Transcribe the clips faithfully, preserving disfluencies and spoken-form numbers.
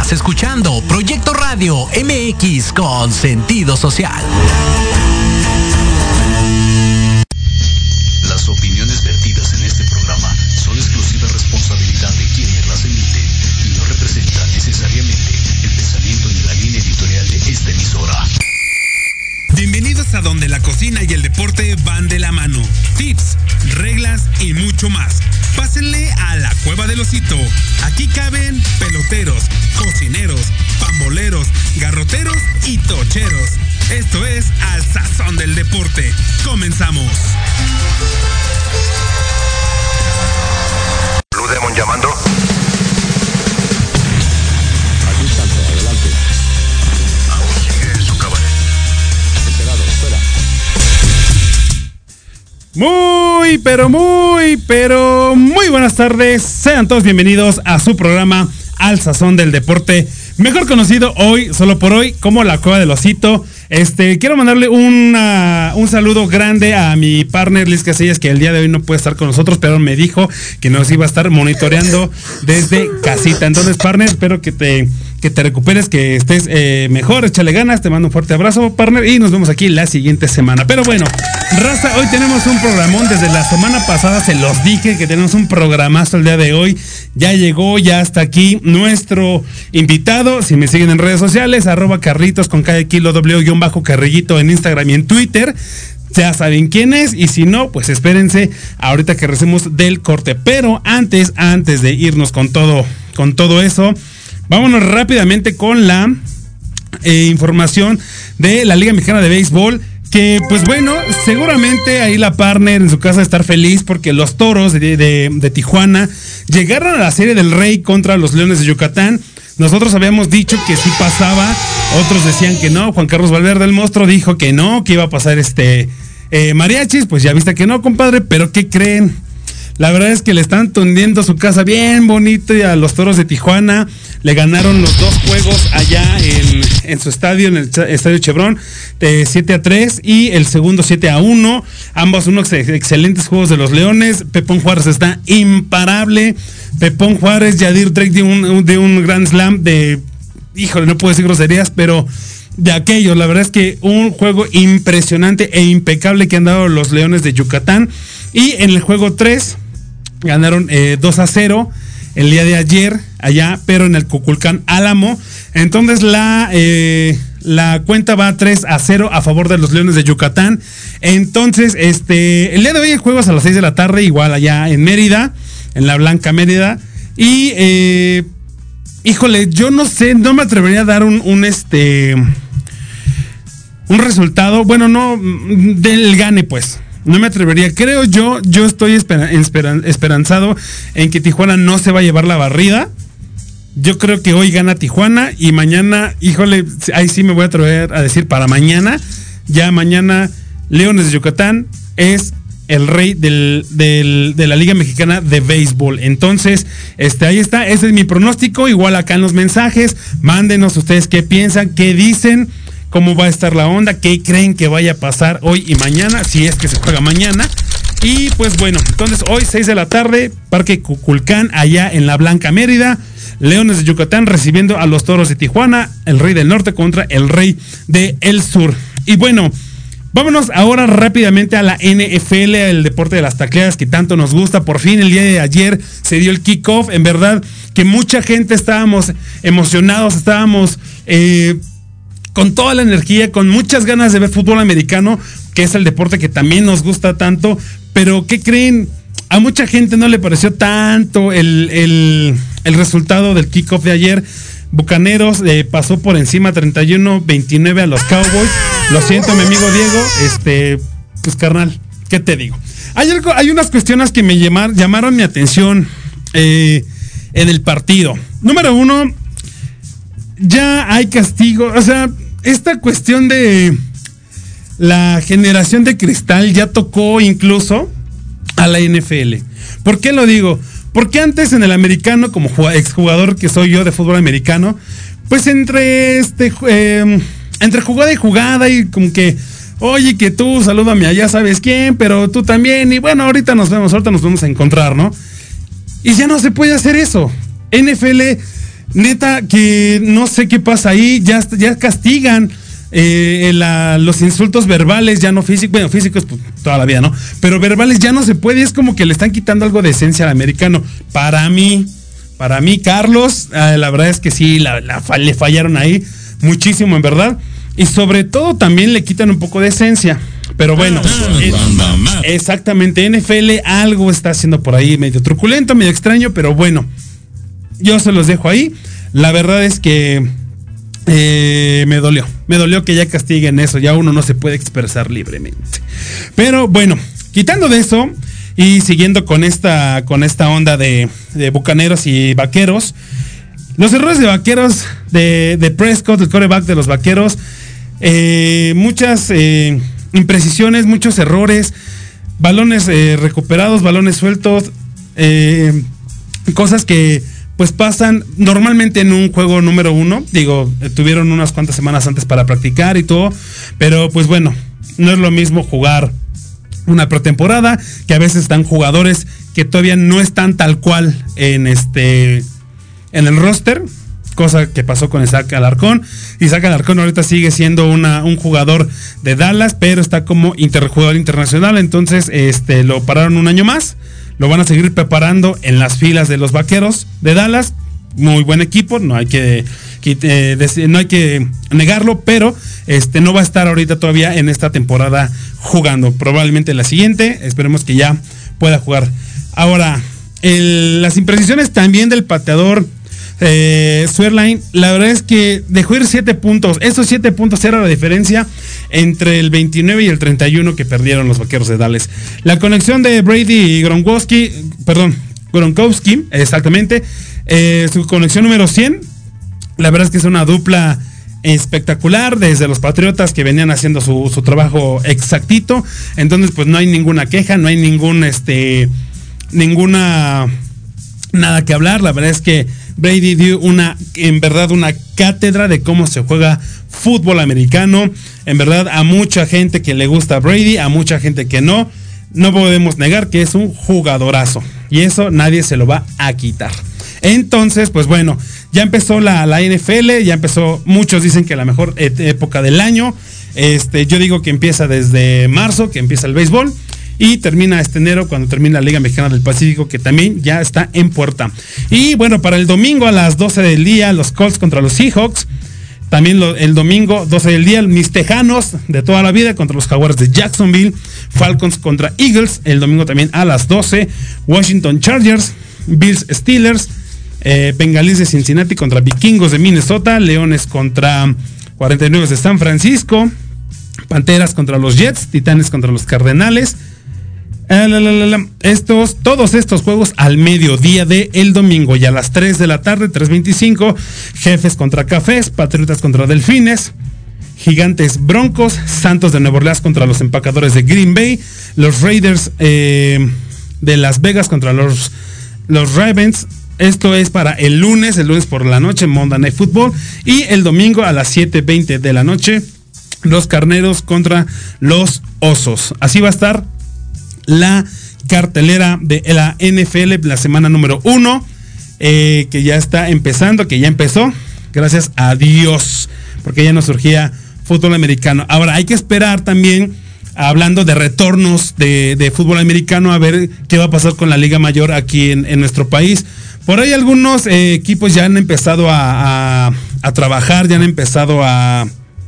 Estás escuchando Proyecto Radio M X con sentido social. Las opiniones vertidas en este programa son exclusiva responsabilidad de quienes las emiten y no representan necesariamente el pensamiento ni la línea editorial de esta emisora. Bienvenidos a donde la cocina y el deporte van de la mano. Tips, reglas y mucho más. Pásenle a la Cueva del Osito. Aquí caben peloteros, cocineros, pamboleros, garroteros y tocheros. Esto es Al Sazón del Deporte. Comenzamos. Blue Demon llamando. Aquí Santo, adelante. Aún sigue su cabaret. Enterado, fuera. Muy, pero muy, pero muy buenas tardes. Sean todos bienvenidos a su programa Al Sazón del Deporte, mejor conocido hoy, solo por hoy, como La Cueva del Osito. Este, quiero mandarle una, un saludo grande a mi partner Liz Casillas, que el día de hoy no puede estar con nosotros, pero me dijo que nos iba a estar monitoreando desde casita. Entonces, partner, espero que te, que te recuperes, que estés eh, mejor, échale ganas, te mando un fuerte abrazo, partner, y nos vemos aquí la siguiente semana. Pero bueno, raza, hoy tenemos un programón. Desde la semana pasada se los dije que tenemos un programazo el día de hoy. Ya llegó, ya está aquí nuestro invitado. Si me siguen en redes sociales, arroba Carlitos con cada kilo W bajo Carrillito en Instagram y en Twitter, ya saben quién es, y si no, pues espérense ahorita que recemos del corte. Pero antes, antes de irnos con todo, con todo eso, vámonos rápidamente con la eh, información de la Liga Mexicana de Béisbol. Que pues bueno, seguramente ahí la partner en su casa estar feliz porque los Toros de, de, de Tijuana llegaron a la Serie del Rey contra los Leones de Yucatán. Nosotros habíamos dicho que sí pasaba, otros decían que no. Juan Carlos Valverde, el monstruo, dijo que no, que iba a pasar este eh, Mariachis. Pues ya viste que no, compadre, pero ¿qué creen? La verdad es que le están tundiendo su casa bien bonito y a los Toros de Tijuana le ganaron los dos juegos allá en, en su estadio, en el Estadio Chevron, de siete a tres y el segundo siete a uno. Ambos unos excelentes juegos de los Leones. Pepón Juárez está imparable. Pepón Juárez, Yadir Drake de un, de un Grand Slam de, híjole, no puedo decir groserías, pero de aquellos. La verdad es que un juego impresionante e impecable que han dado los Leones de Yucatán. Y en el juego tres ganaron eh, dos a cero el día de ayer allá, pero en el Cuculcán Álamo. Entonces la, eh, la cuenta va tres a cero a favor de los Leones de Yucatán. Entonces, este, el día de hoy hay juegos a las seis de la tarde, igual allá en Mérida, en la Blanca Mérida. Y, eh, híjole, yo no sé, no me atrevería a dar un, un este, un resultado, bueno, no, del gane, pues. No me atrevería, creo yo, yo estoy esperan, esperan, esperanzado en que Tijuana no se va a llevar la barrida. Yo creo que hoy gana Tijuana y mañana, híjole, ahí sí me voy a atrever a decir para mañana. Ya mañana Leones de Yucatán es el rey del, del, de la Liga Mexicana de Béisbol. Entonces, este, ahí está, ese es mi pronóstico. Igual acá en los mensajes, mándenos ustedes qué piensan, qué dicen, cómo va a estar la onda, qué creen que vaya a pasar hoy y mañana, si es que se juega mañana. Y pues bueno, entonces hoy seis de la tarde, Parque Cuculcán, allá en la Blanca Mérida, Leones de Yucatán recibiendo a los Toros de Tijuana, el rey del norte contra el rey del sur. Y bueno, vámonos ahora rápidamente a la N F L, el deporte de las tacleadas que tanto nos gusta. Por fin el día de ayer se dio el kickoff. En verdad que mucha gente estábamos emocionados, estábamos eh, con toda la energía, con muchas ganas de ver fútbol americano, que es el deporte que también nos gusta tanto. Pero ¿qué creen? A mucha gente no le pareció tanto el, el, el resultado del kickoff de ayer. Bucaneros eh, pasó por encima treinta y uno veintinueve a los Cowboys. Lo siento, mi amigo Diego, este, pues carnal, ¿qué te digo? Hay algo, hay unas cuestiones que me llamar, llamaron mi atención eh, en el partido. Número uno, ya hay castigo, o sea, esta cuestión de la generación de cristal ya tocó incluso a la N F L. ¿Por qué lo digo? Porque antes en el americano, como exjugador que soy yo de fútbol americano, pues entre este eh, entre jugada y jugada y como que, oye, que tú salúdame a ya sabes quién, pero tú también, y bueno, ahorita nos vemos, ahorita nos vamos a encontrar, ¿no? Y ya no se puede hacer eso. N F L neta, que no sé qué pasa ahí, ya, ya castigan eh, la, los insultos verbales, ya no físicos, bueno, físicos pues, toda la vida, ¿no? Pero verbales ya no se puede, es como que le están quitando algo de esencia al americano. Para mí, para mí, Carlos, eh, la verdad es que sí, la, la, le fallaron ahí muchísimo, en verdad. Y sobre todo también le quitan un poco de esencia. Pero bueno, eh, exactamente, N F L algo está haciendo por ahí medio truculento, medio extraño, pero bueno, yo se los dejo ahí. La verdad es que eh, me dolió, me dolió que ya castiguen eso, ya uno no se puede expresar libremente. Pero bueno, quitando de eso y siguiendo con esta, con esta onda de, de Bucaneros y Vaqueros, los errores de Vaqueros, de, de Prescott, el quarterback de los Vaqueros, eh, muchas... Eh, imprecisiones, muchos errores, balones eh, recuperados, balones sueltos, eh, cosas que pues pasan normalmente en un juego número uno. Digo, eh, tuvieron unas cuantas semanas antes para practicar y todo, pero pues bueno, no es lo mismo jugar una pretemporada, que a veces están jugadores que todavía no están tal cual en este en el roster. Cosa que pasó con Isaac Alarcón. Isaac Alarcón ahorita sigue siendo una, un jugador de Dallas, pero está como interjugador internacional. Entonces este, lo pararon un año más. Lo van a seguir preparando en las filas de los Vaqueros de Dallas. Muy buen equipo, no hay que, que eh, decir, no hay que negarlo, pero este, no va a estar ahorita todavía en esta temporada jugando. Probablemente la siguiente, esperemos que ya pueda jugar. Ahora, el, las imprecisiones también del pateador Eh, Swearline, la verdad es que dejó ir siete puntos. Esos siete puntos era la diferencia entre el veintinueve y el treinta y uno que perdieron los Vaqueros de Dallas. La conexión de Brady y Gronkowski, perdón, Gronkowski, exactamente, eh, su conexión número cien. La verdad es que es una dupla espectacular desde los Patriotas que venían haciendo su, su trabajo exactito. Entonces, pues no hay ninguna queja, no hay ningún, este, ninguna, nada que hablar. La verdad es que Brady dio una, en verdad, una cátedra de cómo se juega fútbol americano. En verdad, a mucha gente que le gusta Brady, a mucha gente que no, no podemos negar que es un jugadorazo. Y eso nadie se lo va a quitar. Entonces, pues bueno, ya empezó la, la N F L, ya empezó, muchos dicen que la mejor época del año. Este, yo digo que empieza desde marzo, que empieza el béisbol. Y termina este enero cuando termina la Liga Mexicana del Pacífico, que también ya está en puerta. Y bueno, para el domingo a las doce del día, los Colts contra los Seahawks. También lo, el domingo, doce del día, mis Tejanos de toda la vida contra los Jaguares de Jacksonville. Falcons contra Eagles, el domingo también a las doce. Washington Chargers, Bills Steelers, eh, Bengalíes de Cincinnati contra Vikingos de Minnesota. Leones contra cuarenta y nueve de San Francisco. Panteras contra los Jets, Titanes contra los Cardenales. La, la, la, la. Estos, todos estos juegos al mediodía de el domingo y a las tres de la tarde, tres veinticinco, Jefes contra Cafés, Patriotas contra Delfines, Gigantes Broncos, Santos de Nueva Orleans contra los Empacadores de Green Bay, los Raiders eh, de Las Vegas contra los, los Ravens. Esto es para el lunes, el lunes por la noche, Monday Night Football, y el domingo a las siete veinte de la noche, los Carneros contra los Osos. Así va a estar la cartelera de la N F L, la semana número uno, eh, que ya está empezando, que ya empezó, gracias a Dios, porque ya nos surgía fútbol americano. Ahora hay que esperar también, hablando de retornos de, de fútbol americano, a ver qué va a pasar con la Liga Mayor aquí en, en nuestro país. Por ahí algunos eh, equipos ya han empezado a, a, a trabajar, ya han empezado a,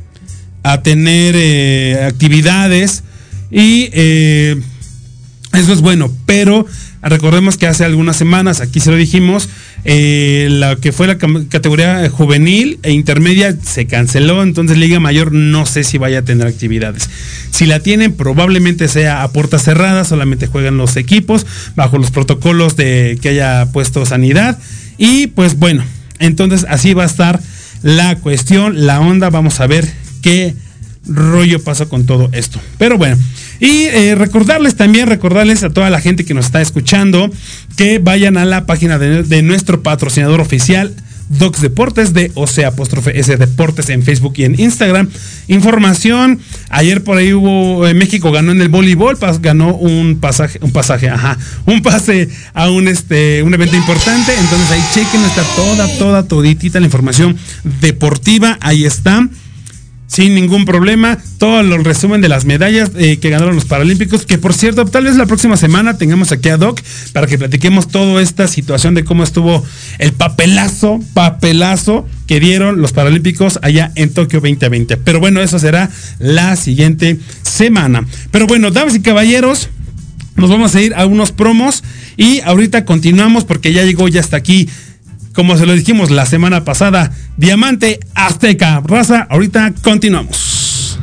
a tener eh, actividades y eh, eso es bueno, pero recordemos que hace algunas semanas, aquí se lo dijimos, eh, la que fue la categoría juvenil e intermedia se canceló, entonces Liga Mayor no sé si vaya a tener actividades. Si la tienen, probablemente sea a puertas cerradas, solamente juegan los equipos bajo los protocolos de que haya puesto sanidad. Y pues bueno, entonces así va a estar la cuestión, la onda, vamos a ver qué rollo pasa con todo esto. Pero bueno, y eh, recordarles también, recordarles a toda la gente que nos está escuchando que vayan a la página de, de nuestro patrocinador oficial, Docs Deportes, de O C apóstrofe S Deportes en Facebook y en Instagram. Información, ayer por ahí hubo, eh, México ganó en el voleibol, pas, ganó un pasaje, un pasaje, ajá, un pase a un este un evento importante, entonces ahí chequen, está toda, toda, toditita la información deportiva, ahí está. Sin ningún problema, todo el resumen de las medallas eh, que ganaron los Paralímpicos, que por cierto, tal vez la próxima semana tengamos aquí a Doc para que platiquemos toda esta situación de cómo estuvo el papelazo, papelazo que dieron los Paralímpicos allá en Tokio veinte veinte. Pero bueno, eso será la siguiente semana. Pero bueno, damas y caballeros, nos vamos a ir a unos promos y ahorita continuamos porque ya llegó, ya está aquí, como se lo dijimos la semana pasada, Diamante Azteca. Raza, ahorita continuamos.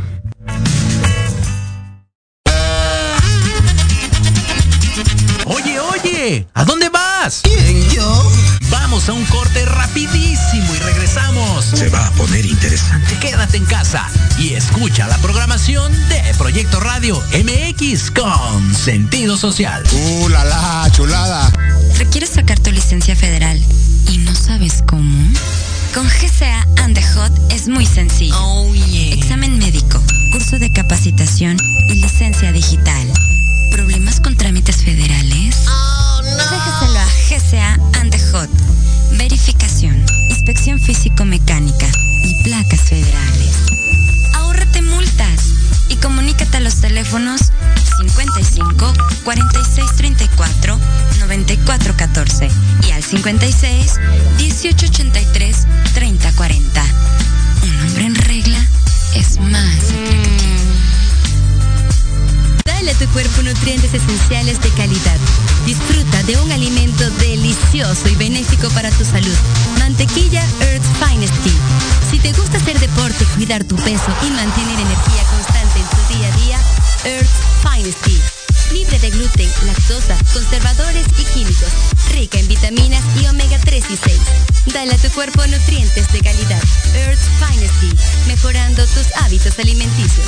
Oye, oye, ¿a dónde vas? ¿Quién, yo? Vamos a un corte rapidísimo y regresamos. Se va a poner interesante. Quédate en casa y escucha la programación de Proyecto Radio M X con sentido social. ¡Uh, la, la chulada! ¿Requieres sacar tu licencia federal y no sabes cómo? Con G C A and the Hot es muy sencillo. Oh, yeah. Examen médico, curso de capacitación y licencia digital. ¿Problemas con trámites federales? Oh, no. Déjaselo a G C A and the Hot. Verificación, inspección físico-mecánica y placas federales. Ahórrate multas y comunícate a los teléfonos cincuenta y cinco, cuarenta y seis, treinta y cuatro, noventa y cuatro, catorce y al cincuenta y seis, dieciocho, ochenta y tres, treinta, cuarenta. Un hombre en regla es más atractivo. Dale a tu cuerpo nutrientes esenciales de calidad. Disfruta de un alimento delicioso y benéfico para tu salud. Mantequilla Earth's Finest Tea. Si te gusta hacer deporte, cuidar tu peso y mantener energía constante en tu día a día, Earth's Finest Tea. Libre de gluten, lactosa, conservadores y químicos. Rica en vitaminas y omega tres y seis. Dale a tu cuerpo nutrientes de calidad. Earth's Finest Tea. Mejorando tus hábitos alimenticios.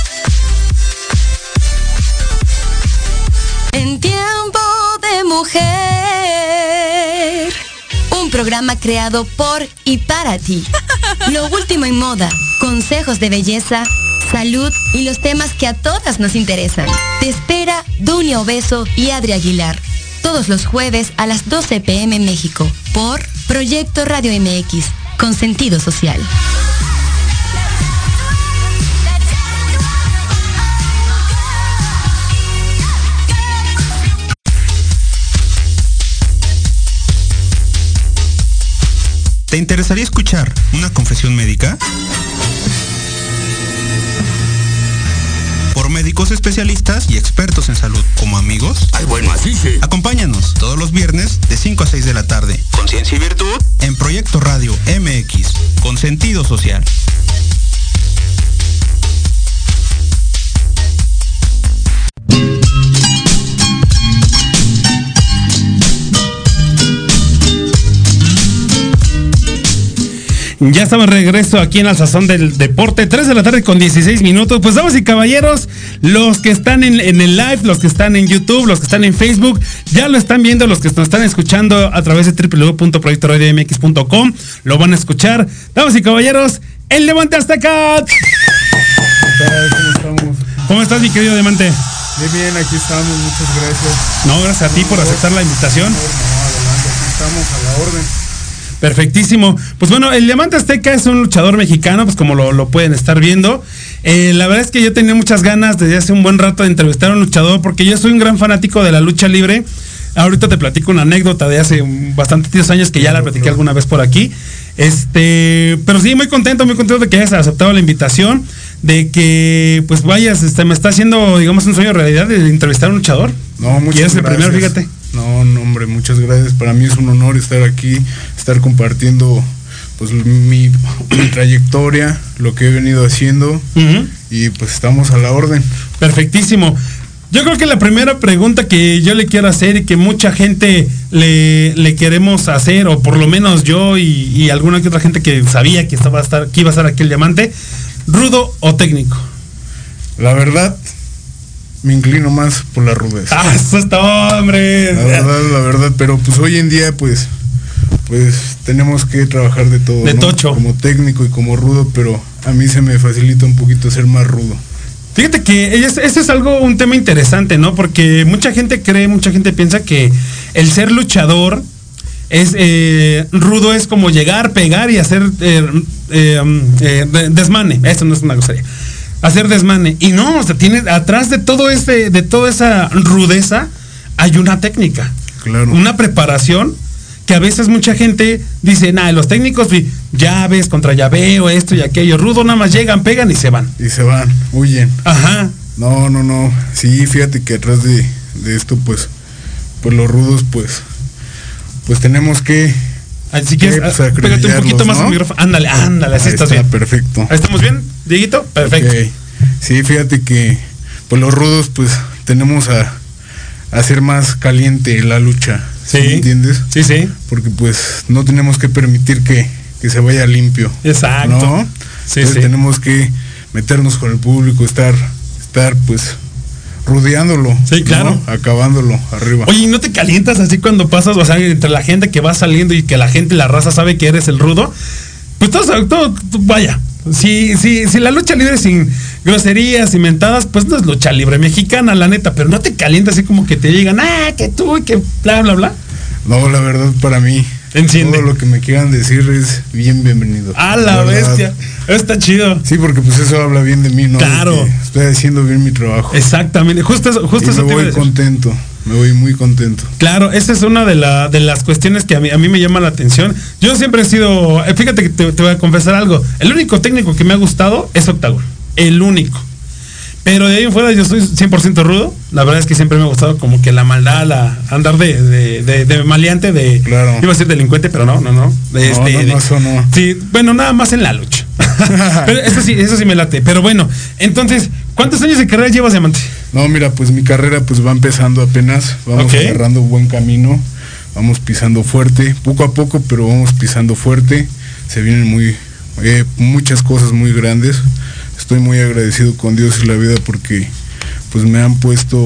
En tiempo de mujer. Un programa creado por y para ti. Lo último en moda, consejos de belleza, salud y los temas que a todas nos interesan. Te espera Dunia Obeso y Adri Aguilar. Todos los jueves a las doce pe eme México. Por Proyecto Radio M X. Con sentido social. ¿Te interesaría escuchar una confesión médica? Por médicos especialistas y expertos en salud, como amigos. Ay, bueno, así sí. Acompáñanos todos los viernes de cinco a seis de la tarde. Conciencia y virtud. En Proyecto Radio M X, con sentido social. Ya estamos de regreso aquí en Al Sazón del Deporte, tres de la tarde con dieciséis minutos. Pues damas y caballeros, los que están en, en el live, los que están en YouTube, los que están en Facebook, ya lo están viendo, los que nos están escuchando a través de doble u doble u doble u punto proyecto radio m x punto com, lo van a escuchar. Damas y caballeros, el Diamante Azteca. ¿Cómo estamos? ¿Cómo estás, mi querido Diamante? Muy bien, aquí estamos, muchas gracias. No, gracias a ti por aceptar la invitación. No, adelante, aquí estamos a la orden. Perfectísimo. Pues bueno, el Diamante Azteca es un luchador mexicano, pues como lo, lo pueden estar viendo. Eh, la verdad es que yo tenía muchas ganas desde hace un buen rato de entrevistar a un luchador, porque yo soy un gran fanático de la lucha libre. Ahorita te platico una anécdota de hace bastantes años que ya la platiqué alguna vez por aquí. Este, pero sí, muy contento, muy contento de que hayas aceptado la invitación, de que pues vayas, este, me está haciendo, digamos, un sueño de realidad de entrevistar a un luchador. No, muchas y eres el gracias. primero, fíjate. No, no, hombre, muchas gracias. Para mí es un honor estar aquí, estar compartiendo pues mi, mi trayectoria, lo que he venido haciendo, uh-huh. Y pues estamos a la orden. Perfectísimo. Yo creo que la primera pregunta que yo le quiero hacer y que mucha gente le, le queremos hacer, o por lo menos yo y, y alguna que otra gente que sabía que estaba a estar, que iba a estar aquí el Diamante, ¿rudo o técnico? La verdad, me inclino más por la rudeza. ¡Ah, eso es todo, hombre! La verdad, la verdad, pero pues hoy en día, pues, pues tenemos que trabajar de todo, de ¿no? tocho. Como técnico y como rudo, pero a mí se me facilita un poquito ser más rudo. Fíjate que ese es algo, un tema interesante, ¿no? Porque mucha gente cree, mucha gente piensa que el ser luchador es eh, rudo, es como llegar, pegar y hacer eh, eh, eh, desmane. Eso no es una grosería. Hacer desmane. Y no, o sea, tiene atrás de todo ese, de toda esa rudeza, hay una técnica. Claro. Una preparación que a veces mucha gente dice, nah, los técnicos, llaves contra llaveo, esto y aquello. Rudo nada más llegan, pegan y se van. Y se van, huyen. Ajá. No, no, no. Sí, fíjate que atrás de, de esto, pues, pues los rudos, pues, pues tenemos que... Así que, pues, pégate un poquito más, ¿no?, al micrófono. Ándale, ándale, así Ahí estás está, bien. Perfecto. ¿Ahí estamos bien, Dieguito? Perfecto. Okay. Sí, fíjate que, pues los rudos, pues, tenemos a, a hacer más caliente la lucha. Sí. ¿Sí me entiendes? Sí, sí. Porque, pues, no tenemos que permitir que, que se vaya limpio. Exacto. ¿No? Sí, Entonces sí. tenemos que meternos con el público, estar, estar, pues, rodeándolo. Sí, claro. ¿no? Acabándolo arriba. Oye, ¿y no te calientas así cuando pasas, o sea, entre la gente que va saliendo y que la gente, la raza sabe que eres el rudo? Pues todo, todo, vaya, si, si, si la lucha libre sin groserías y mentadas, pues no es lucha libre mexicana, la neta, pero no te calientas así como que te digan, ah, que tú, que bla, bla, bla. No, la verdad, para mí, Enciende. todo lo que me quieran decir es bien bienvenido. ¡Ah, la, la bestia! Está chido. Sí, porque pues eso habla bien de mí, ¿no? Claro. Estoy haciendo bien mi trabajo. Exactamente, justo eso, justo y eso me te voy iba a decir. contento, me voy muy contento. Claro, esa es una de, la, de las cuestiones que a mí, a mí me llama la atención. Yo siempre he sido, fíjate que te, te voy a confesar algo, el único técnico que me ha gustado es Octagon, el único. Pero de ahí en fuera yo soy cien por ciento rudo. La verdad es que siempre me ha gustado como que la maldad, la andar de, de, de, de maleante, de... Claro. Iba a decir delincuente, pero no, no, no. De, no, este, no, de, no, eso no. Sí, bueno, nada más en la lucha. Pero eso sí, eso sí me late. Pero bueno, entonces, ¿cuántos años de carrera llevas, Diamante? No, mira, pues mi carrera pues va empezando apenas. Vamos Okay. agarrando buen camino. Vamos pisando fuerte, poco a poco, pero vamos pisando fuerte. Se vienen muy eh, muchas cosas muy grandes. Estoy muy agradecido con Dios y la vida porque pues me han puesto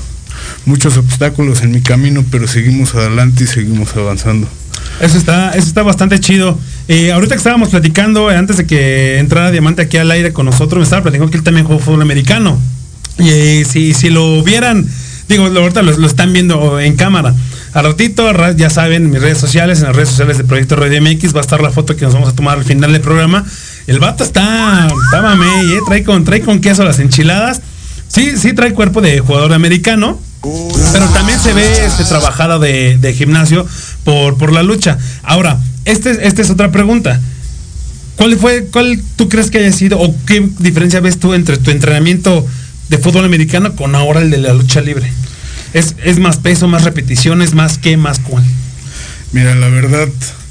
muchos obstáculos en mi camino, pero seguimos adelante y seguimos avanzando. Eso está, eso está bastante chido. Eh, ahorita que estábamos platicando, eh, antes de que entrara Diamante aquí al aire con nosotros, me estaba platicando que él también jugó fútbol americano. Y eh, si, si lo vieran, digo, ahorita lo, lo están viendo en cámara. Al ratito, ya saben, en mis redes sociales, en las redes sociales de Proyecto Radio M X, va a estar la foto que nos vamos a tomar al final del programa. El vato está, está mamey, ¿eh? trae, con, trae con queso las enchiladas. Sí, sí trae cuerpo de jugador americano, pero también se ve este, trabajada de, de gimnasio por, por la lucha. Ahora, este, esta es otra pregunta. ¿Cuál fue, cuál tú crees que haya sido, o qué diferencia ves tú entre tu entrenamiento de fútbol americano con ahora el de la lucha libre? ¿Es, es más peso, más repeticiones, más qué, más cuál? Mira, la verdad,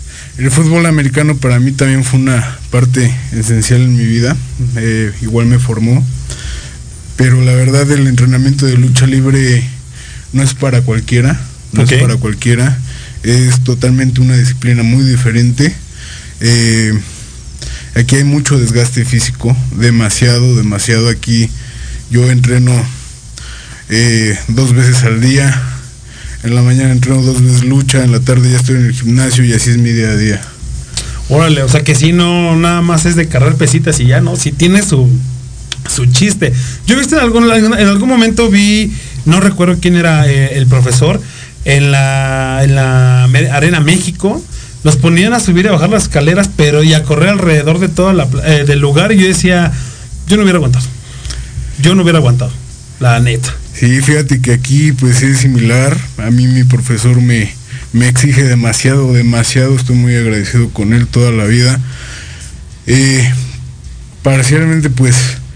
el fútbol americano para mí también fue una parte esencial en mi vida. Eh, igual me formó. Pero la verdad, el entrenamiento de lucha libre no es para cualquiera. No Okay. es para cualquiera. Es totalmente una disciplina muy diferente. Eh, aquí hay mucho desgaste físico. Demasiado, demasiado. Aquí yo entreno eh, dos veces al día. En la mañana entreno dos veces lucha, en la tarde ya estoy en el gimnasio y así es mi día a día. Órale, o sea que si no, nada más es de cargar pesitas y ya, ¿no? Si tiene su, su chiste. Yo viste en algún, en algún momento vi, no recuerdo quién era eh, el profesor, en la, en la Arena México, los ponían a subir y a bajar las escaleras, pero y a correr alrededor de todo la, eh, del lugar, y yo decía, yo no hubiera aguantado. Yo no hubiera aguantado, la neta. Sí, fíjate que aquí pues es similar. A mí mi profesor me, me exige demasiado, demasiado. Estoy muy agradecido con él toda la vida. Eh, parcialmente pues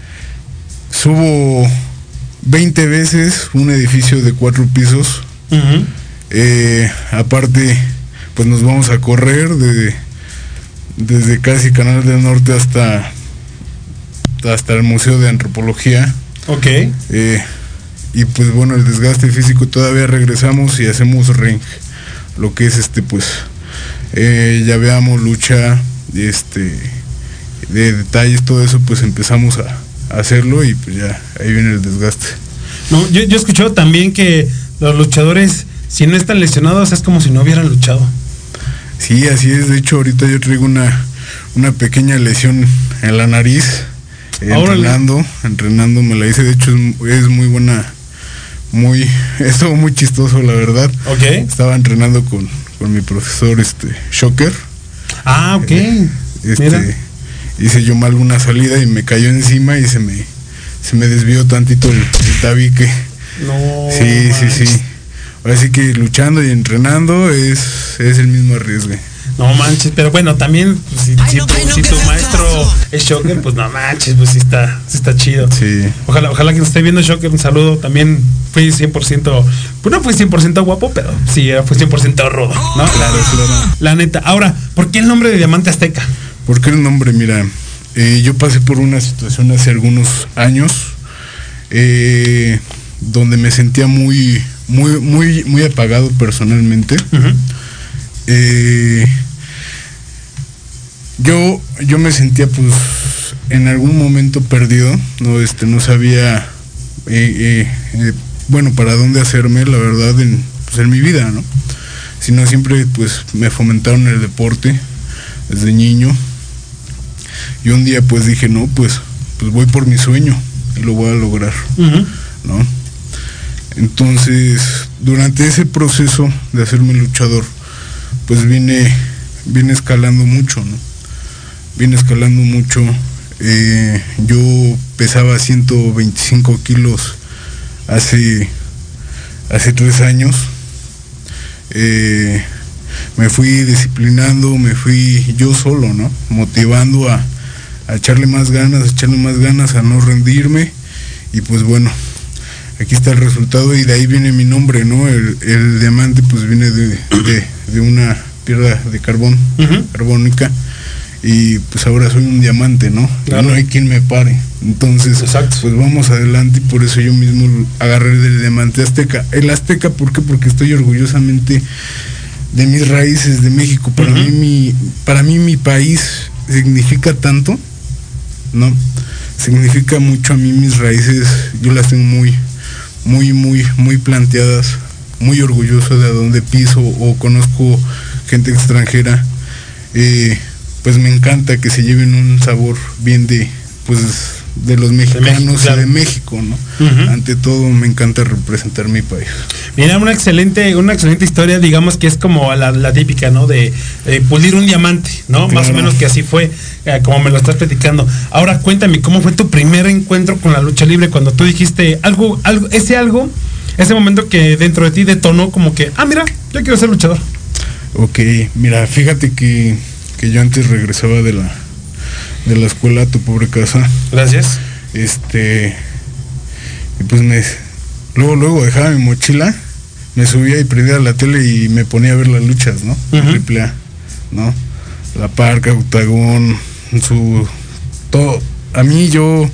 subo veinte veces un edificio de cuatro pisos. Uh-huh. Eh, aparte pues nos vamos a correr de, desde casi Canal del Norte hasta, hasta el Museo de Antropología. Ok. Eh, y pues bueno, el desgaste físico, todavía regresamos y hacemos ring, lo que es este pues eh, ya veamos lucha, este de detalles, todo eso, pues empezamos a, a hacerlo y pues ya ahí viene el desgaste. No, yo, yo he escuchado también que los luchadores, si no están lesionados, es como si no hubieran luchado. Sí, así es. De hecho, ahorita yo traigo una, una pequeña lesión en la nariz. Eh, entrenando, entrenando me la hice. De hecho, es, es muy buena, muy, estuvo muy chistoso, la verdad. Ok. Estaba entrenando con, con mi profesor, este, Shocker. Ah, ok. Eh, este, Mira. hice yo mal una salida y me cayó encima y se me, se me desvió tantito el, el tabique. No. Sí, manches. sí, sí. Ahora sí que luchando y entrenando es, es el mismo arriesgue. No manches, pero bueno, también pues, si, si, tu, si tu maestro es Shocker, pues no manches, pues sí está, sí está chido. Sí. Ojalá, ojalá que nos esté viendo Shocker, un saludo. También fui cien por ciento, pues no fui cien por ciento guapo, pero sí, fue cien por ciento rudo, ¿no? Claro, claro. La neta. Ahora, ¿por qué el nombre de Diamante Azteca? ¿Por qué el nombre? Mira, eh, yo pasé por una situación hace algunos años eh, donde me sentía muy, muy, muy, muy apagado personalmente. Uh-huh. Eh, yo, yo me sentía pues en algún momento perdido, no, este, no sabía, eh, eh, eh, bueno, para dónde hacerme, la verdad, en, pues, en mi vida, ¿no? Sino siempre pues me fomentaron el deporte desde niño. Y un día pues dije, no, pues, pues voy por mi sueño y lo voy a lograr, Uh-huh. ¿no? Entonces, durante ese proceso de hacerme luchador, pues vine, vine escalando mucho, ¿no? Vine escalando mucho. Eh, yo pesaba ciento veinticinco kilos hace, hace tres años. Eh, me fui disciplinando, me fui yo solo, ¿no? Motivando a, a echarle más ganas, a echarle más ganas, a no rendirme. Y pues bueno, aquí está el resultado y de ahí viene mi nombre, ¿no? El, el diamante pues viene de, de, de una piedra de carbón, Uh-huh. carbónica, y pues ahora soy un diamante, ¿no? Claro. No hay quien me pare. Entonces, Exacto. pues vamos adelante y por eso yo mismo agarré del diamante azteca. El azteca, ¿por qué? Porque estoy orgullosamente de mis raíces de México. Para Uh-huh. mí mi, para mí mi país significa tanto, ¿no? Significa mucho a mí mis raíces, yo las tengo muy, muy, muy, muy planteadas, muy orgulloso de a dónde piso o conozco gente extranjera, eh, pues me encanta que se lleven un sabor bien de, pues, de los mexicanos de México, claro. y de México, ¿no? Uh-huh. Ante todo me encanta representar mi país. Mira, una excelente, una excelente historia, digamos que es como la, la típica, ¿no? De eh, pulir un diamante, ¿no? Claro. Más o menos que así fue, eh, como me lo estás platicando. Ahora cuéntame, ¿cómo fue tu primer encuentro con la lucha libre cuando tú dijiste algo, algo, ese algo, ese momento que dentro de ti detonó como que, ah, mira, yo quiero ser luchador? Ok, mira, fíjate que, que yo antes regresaba de la, de la escuela a tu pobre casa. Gracias. Este, y pues me, luego, luego dejaba mi mochila, me subía y prendía la tele y me ponía a ver las luchas, ¿no? Uh-huh. Triple A, ¿no? La Parca, Octagón, su, todo. A mí yo,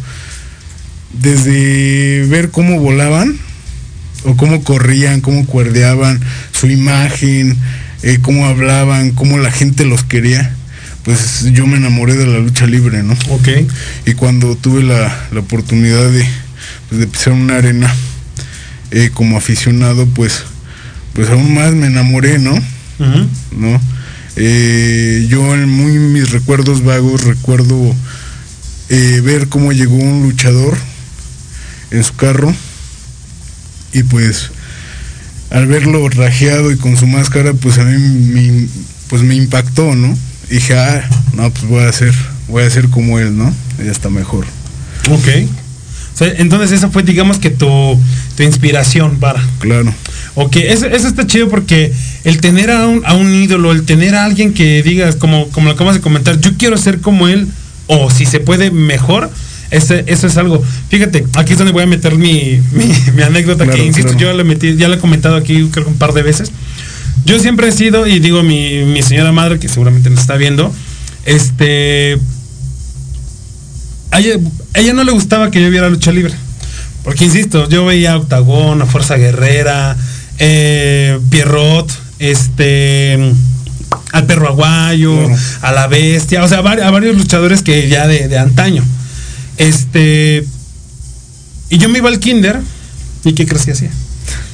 desde ver cómo volaban, o cómo corrían, cómo cuerdeaban, su imagen, eh, cómo hablaban, cómo la gente los quería, pues yo me enamoré de la lucha libre, ¿no? Ok. Y cuando tuve la, la oportunidad de, pues, de pisar una arena eh, como aficionado, pues, pues aún más me enamoré, ¿no? Uh-huh. ¿No? Eh, yo en muy mis recuerdos vagos recuerdo eh, ver cómo llegó un luchador en su carro y pues al verlo rajeado y con su máscara, pues a mí me, pues me impactó, ¿no? Y dije, ah, no, pues voy a hacer, voy a hacer como él, ¿no? Y hasta mejor. Ok. O sea, entonces esa fue, digamos que tu, tu inspiración para. Claro. Ok, eso, eso está chido porque el tener a un, a un ídolo, el tener a alguien que digas, como, como lo acabas de comentar, yo quiero ser como él, o si se puede mejor, ese, eso es algo. Fíjate, aquí es donde voy a meter mi, mi, mi anécdota, Claro, que insisto, claro. yo la metí, ya la he comentado aquí creo que un par de veces. Yo siempre he sido, y digo mi, mi señora madre, que seguramente nos está viendo, este, a ella, a ella no le gustaba que yo viera lucha libre. Porque insisto, yo veía Octagón, a Fuerza Guerrera, eh, Pierrot, este, al Perro Aguayo, Claro. a la Bestia, o sea, a, vari- a varios luchadores que ya de, de antaño. Este, y yo me iba al kinder, ¿y qué crees que hacía?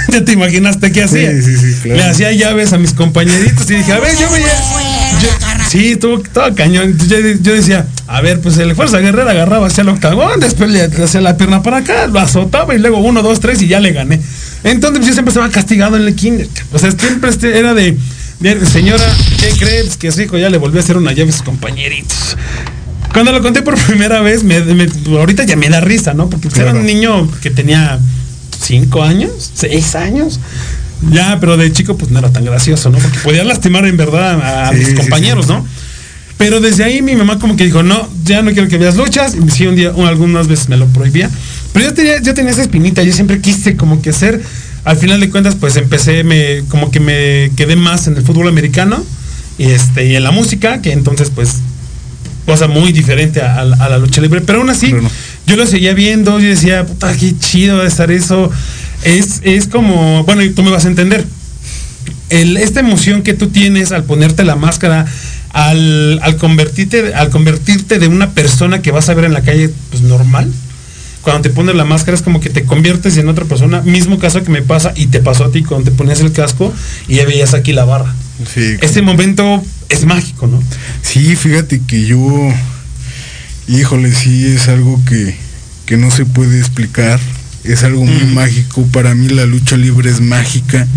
Ya te imaginaste qué hacía. Sí, sí, sí, claro. Le hacía llaves a mis compañeritos y dije, a ver, yo veía. Yo, sí, todo, todo cañón. Yo, yo decía, a ver, pues el Fuerza Guerrera agarraba hacia el octagón, después le hacía la pierna para acá, lo azotaba y luego uno, dos, tres y ya le gané. Entonces pues, yo siempre estaba castigado en el kinder. O sea, siempre este era de, de señora, ¿qué crees? Que su hijo ya le volvió a hacer una llave a sus compañeritos. Cuando lo conté por primera vez, me, me, ahorita ya me da risa, ¿no? Porque pues, claro. Era un niño que tenía cinco años, seis años. Ya, pero de chico pues no era tan gracioso, ¿no? Porque podía lastimar en verdad a, a sí, mis compañeros, sí, sí. ¿no? Pero desde ahí mi mamá como que dijo, no, ya no quiero que veas luchas. Y sí, un día, un, algunas veces me lo prohibía. Pero yo tenía, yo tenía esa espinita, yo siempre quise como que hacer, al final de cuentas pues empecé, me como que me quedé más en el fútbol americano y, este, y en la música, que entonces pues cosa muy diferente a, a, a la lucha libre. Pero aún así, bueno. Yo lo seguía viendo, yo decía, puta, qué chido de estar eso. Es, es como, bueno, y tú me vas a entender, el, esta emoción que tú tienes al ponerte la máscara, al, al, convertirte, al convertirte de una persona que vas a ver en la calle pues normal, cuando te pones la máscara es como que te conviertes en otra persona. Mismo caso que me pasa y te pasó a ti cuando te ponías el casco y ya veías aquí la barra. Sí, ese momento es mágico, ¿no? Sí, fíjate que yo, híjole, sí es algo que, que no se puede explicar. Es algo muy mm. mágico. Para mí la lucha libre es mágica.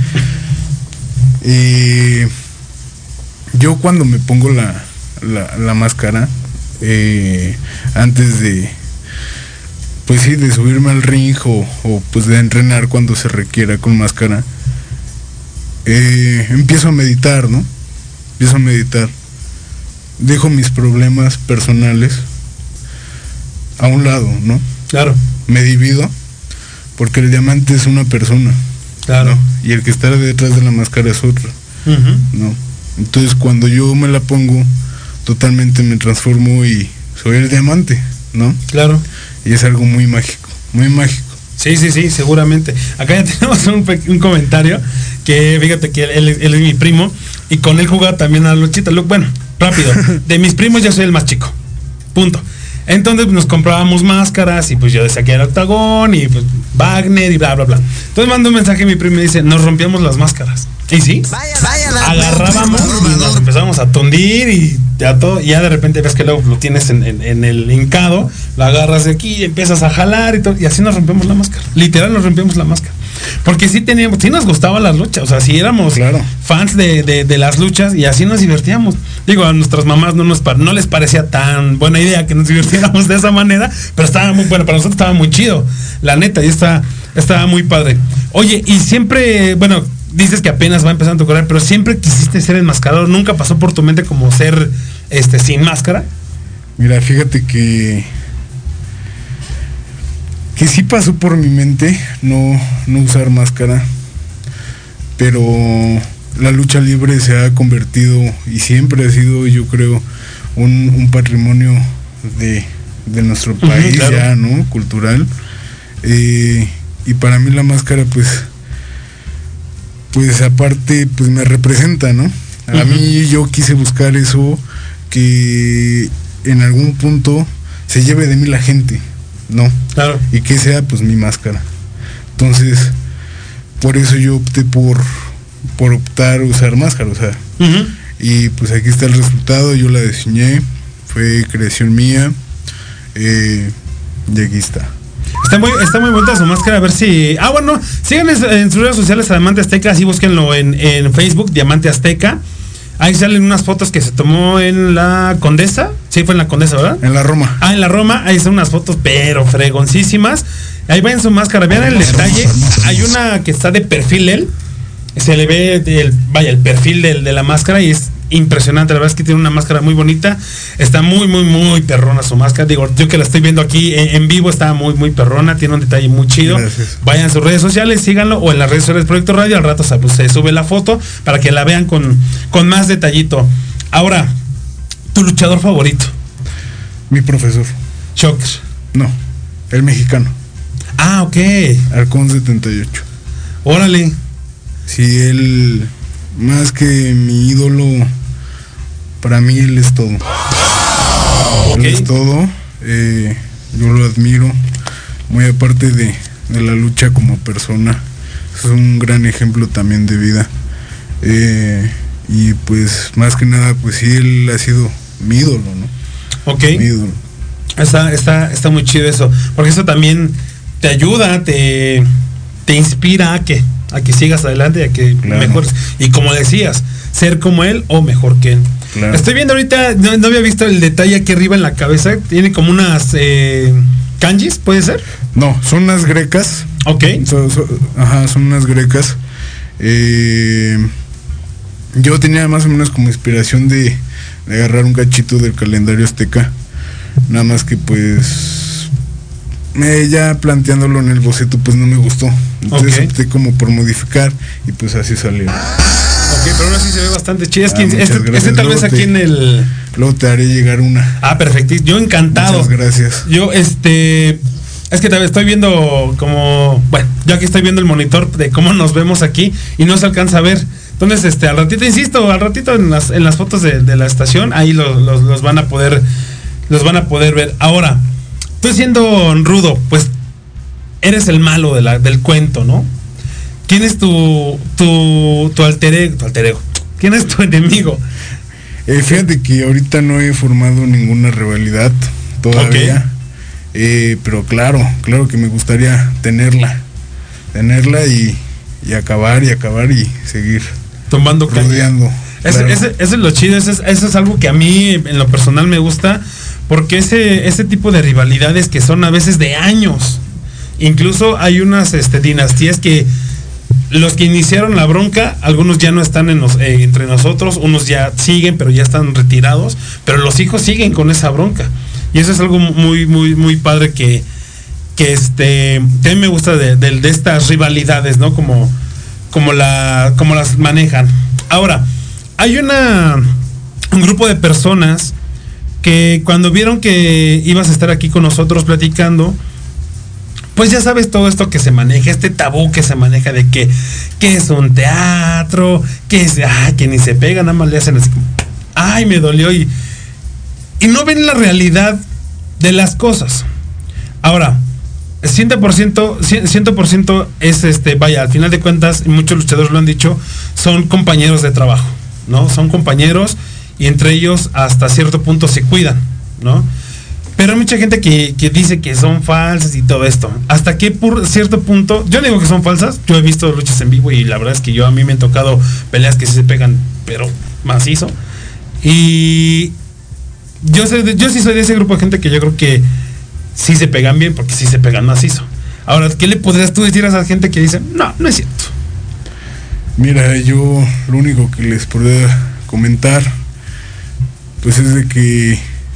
Eh, yo cuando me pongo la, la, la máscara, eh, antes de, pues sí, de subirme al ring o, o pues de entrenar cuando se requiera con máscara, eh, empiezo a meditar, ¿no? Empiezo a meditar. Dejo mis problemas personales a un lado, ¿no? Claro. Me divido. Porque el diamante es una persona, claro, ¿no? Y el que está detrás de la máscara es otro, uh-huh. ¿no? Entonces cuando yo me la pongo, totalmente me transformo y soy el diamante, ¿no? Claro. Y es algo muy mágico, muy mágico. Sí, sí, sí, seguramente. Acá ya tenemos un, un comentario que, fíjate que él, él es mi primo y con él jugaba también a la luchita. Bueno, rápido, de mis primos yo soy el más chico, punto. Entonces nos comprábamos máscaras y pues yo decía que era octagón y pues Wagner y bla bla bla. Entonces mando un mensaje a mi primo y dice, nos rompíamos las máscaras. Y sí, vaya, vaya, agarrábamos y nos empezábamos a tundir y ya todo, y ya de repente ves que luego lo tienes en, en, en el hincado, lo agarras de aquí y empiezas a jalar y todo, y así nos rompemos la máscara. Literal nos rompemos la máscara. Porque sí teníamos, sí nos gustaban las luchas, o sea, sí éramos claro. fans de, de, de las luchas y así nos divertíamos. Digo, a nuestras mamás no nos no les parecía tan buena idea que nos divirtiéramos de esa manera, pero estaba muy bueno, para nosotros estaba muy chido, la neta, y está, estaba muy padre. Oye, y siempre, bueno, dices que apenas va empezando a correr, pero siempre quisiste ser enmascarador, ¿nunca pasó por tu mente como ser este sin máscara? Mira, fíjate que que sí pasó por mi mente no, no usar máscara, pero la lucha libre se ha convertido y siempre ha sido, yo creo, un, un patrimonio de, de nuestro país, uh-huh, claro. ya, ¿no? Cultural. Eh, y para mí la máscara, pues, pues aparte, pues me representa, ¿no? A uh-huh. mí yo quise buscar eso, que en algún punto se lleve de mí la gente, ¿no? Claro. Y que sea pues mi máscara. Entonces, por eso yo opté por por optar a usar máscara, o sea. Uh-huh. Y pues aquí está el resultado, yo la diseñé, fue creación mía, eh, y aquí está. Está muy, está muy bonita su máscara, a ver si... Ah, bueno, sigan en, en sus redes sociales a Diamante Azteca, así búsquenlo en, en Facebook, Diamante Azteca. Ahí salen unas fotos que se tomó en la Condesa. Sí, fue en la Condesa, ¿verdad? En la Roma. Ah, en la Roma. Ahí están unas fotos, pero fregoncísimas. Ahí va en su máscara. Vean el detalle. Hay una que está de perfil él. Se le ve, el, vaya, el perfil de, de la máscara y es impresionante. La verdad es que tiene una máscara muy bonita. Está muy, muy, muy perrona su máscara. Digo, yo que la estoy viendo aquí en, en vivo, está muy, muy perrona. Tiene un detalle muy chido. Gracias. Vayan a sus redes sociales, síganlo, o en las redes sociales de Proyecto Radio. Al rato pues, se sube la foto para que la vean con, con más detallito. Ahora, tu luchador favorito. Mi profesor. Shocker. No, el mexicano. Ah, ok. Halcón setenta y ocho. Órale. Sí, él, más que mi ídolo, para mí él es todo. Okay. Él es todo. Eh, yo lo admiro. Muy aparte de, de la lucha como persona, es un gran ejemplo también de vida. Eh, y pues más que nada, pues sí, él ha sido mi ídolo, ¿no? Ok. Mi ídolo. Está, está, está muy chido eso, porque eso también te ayuda, te, te inspira a que, a que sigas adelante, a que Claro. mejores. Y como decías, ser como él o mejor que él. Claro. Estoy viendo ahorita, no, no había visto el detalle aquí arriba en la cabeza, tiene como unas eh, kanjis, ¿puede ser? No, son unas grecas. Ok. So- so- ajá, son unas grecas. Eh, yo tenía más o menos como inspiración de, de agarrar un cachito del calendario azteca. Nada más que pues me ya planteándolo en el boceto pues no me gustó. Entonces Ok. opté como por modificar y pues así salió. Ok, pero aún así se ve bastante chido. Es Ah, que muchas este, gracias. este tal Luego vez aquí te- en el... Luego te haré llegar una. Ah, perfecto. Yo encantado. Muchas gracias. Yo, este... Es que tal vez estoy viendo como... Bueno, yo aquí estoy viendo el monitor de cómo nos vemos aquí y no se alcanza a ver. Entonces, este, al ratito, insisto, al ratito en las, en las fotos de, de la estación, ahí los, los, los van a poder... Los van a poder ver. Ahora, tú siendo rudo, pues eres el malo de la, del cuento, ¿no? ¿Quién es tu, tu, tu alter ego? Tu alter ego. ¿Quién es tu enemigo? Eh, fíjate que ahorita no he formado ninguna rivalidad todavía. Ok. Eh, pero claro, claro que me gustaría tenerla. Tenerla y, y acabar y acabar y seguir Tomando caña. rodeando. Ese, Claro. ese- eso es lo chido, eso es, eso es algo que a mí en lo personal me gusta, porque ese, ese tipo de rivalidades que son a veces de años, incluso hay unas este, dinastías que los que iniciaron la bronca, algunos ya no están en nos- eh, entre nosotros, unos ya siguen, pero ya están retirados, pero los hijos siguen con esa bronca. Y eso es algo muy, muy, muy padre que, que este, que a mí me gusta de, de- de estas rivalidades, ¿no? Como, como, la, como las manejan. Ahora, hay una un grupo de personas que cuando vieron que ibas a estar aquí con nosotros platicando, pues ya sabes todo esto que se maneja, este tabú que se maneja de que, que es un teatro, que es, ay, que ni se pega, nada más le hacen así como, ay, me dolió y, y no ven la realidad de las cosas. Ahora, cien por ciento, cien por ciento es este, vaya, al final de cuentas, y muchos luchadores lo han dicho, son compañeros de trabajo, ¿no? Son compañeros y entre ellos hasta cierto punto se cuidan, ¿no? Pero hay mucha gente que, que dice que son falsas y todo esto. Hasta que por cierto punto, yo no digo que son falsas, yo he visto luchas en vivo y la verdad es que yo a mí me han tocado peleas que sí se pegan, pero macizo. Y yo, sé, yo sí soy de ese grupo de gente que yo creo que sí se pegan bien porque sí se pegan macizo. Ahora, ¿qué le podrías tú decir a esa gente que dice, no, no es cierto? Mira, yo lo único que les podría comentar, pues es de que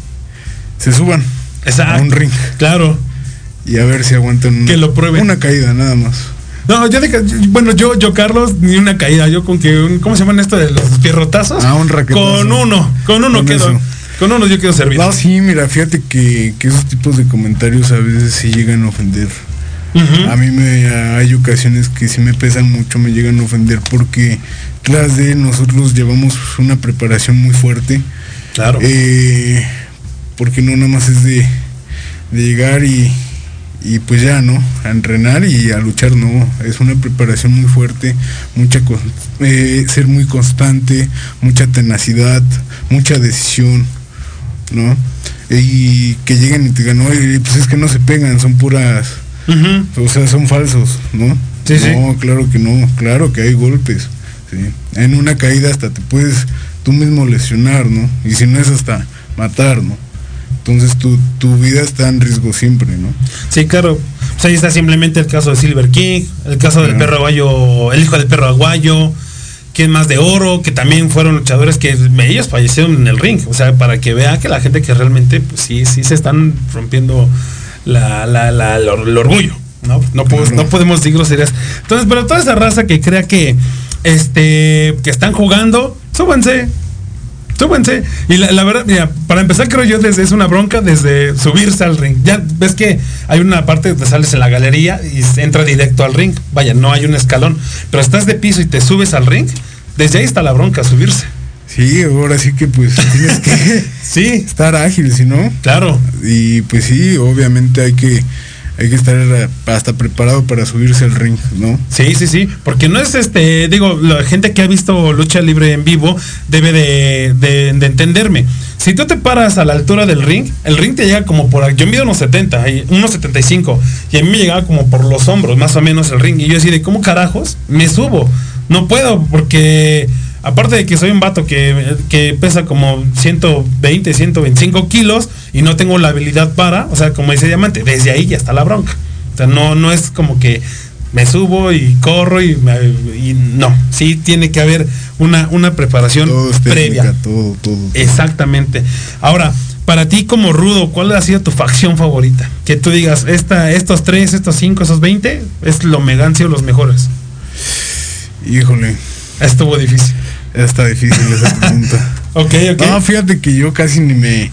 se suban Exacto. a un ring Claro. y a ver si aguantan una, Que lo prueben. una caída nada más. No, yo de, bueno, yo, yo Carlos, ni una caída, yo con que un, ¿cómo se llaman esto de los pierrotazos? Ah, un raquetazo. Con uno, con uno Con quedo, eso. con uno yo quiero servir. No, sí, mira, fíjate que, que esos tipos de comentarios a veces sí llegan a ofender. Ujú. A mí me hay ocasiones que sí me pesan mucho, me llegan a ofender porque tras de nosotros llevamos una preparación muy fuerte. Claro. Eh, porque no nada más es de, de llegar y, y pues ya, ¿no? A entrenar y a luchar, no. Es una preparación muy fuerte, mucha con- eh, ser muy constante, mucha tenacidad, mucha decisión, ¿no? Y que lleguen y te digan, oye, pues es que no se pegan, son puras, Ujú. o sea, son falsos, ¿no? Sí, sí. No, claro que no, claro que hay golpes, ¿sí? En una caída hasta te puedes tú mismo lesionar, ¿no? Y si no es hasta matar, ¿no? Entonces tu, tu vida está en riesgo siempre, ¿no? Sí, claro. Pues ahí está simplemente el caso de Silver King, el caso del Claro. perro aguayo, el hijo del perro aguayo, ¿quién más de oro? Que también fueron luchadores que ellos fallecieron en el ring. O sea, para que vea que la gente que realmente, pues sí, sí se están rompiendo la, la, la, el, or- el orgullo, ¿no? No, puedo- Claro. no podemos decir groserías. Entonces, pero toda esa raza que crea que, este, que están jugando, súbanse. Súbense. Y la, la verdad, mira, para empezar creo yo desde es una bronca desde subirse al ring. Ya ves que hay una parte donde sales en la galería y entra directo al ring. Vaya, no hay un escalón. Pero estás de piso y te subes al ring. Desde ahí está la bronca, subirse. Sí, ahora sí que pues tienes que Sí, estar ágil, si no. claro. Y pues sí, obviamente hay que hay que estar hasta preparado para subirse al ring, ¿no? Sí, sí, sí, porque no es este, digo, la gente que ha visto lucha libre en vivo debe de, de, de entenderme. Si tú te paras a la altura del ring, el ring te llega como por, yo mido unos setenta, unos setenta y cinco, y a mí me llegaba como por los hombros, más o menos el ring, y yo así de, ¿cómo carajos me subo? No puedo, porque aparte de que soy un vato que, que pesa como ciento veinte, ciento veinticinco kilos y no tengo la habilidad para, o sea, como dice Diamante, desde ahí ya está la bronca. O sea, no, no es como que me subo y corro y, y no, sí tiene que haber una, una preparación todo es previa. Técnica, todo, todo, todo. Exactamente. Ahora, para ti como rudo, ¿cuál ha sido tu facción favorita? Que tú digas, esta, estos tres, estos cinco, esos veinte, es lo me han sido los mejores. Híjole. Estuvo difícil. Está difícil esa pregunta. Ok, ok. No, fíjate que yo casi ni me...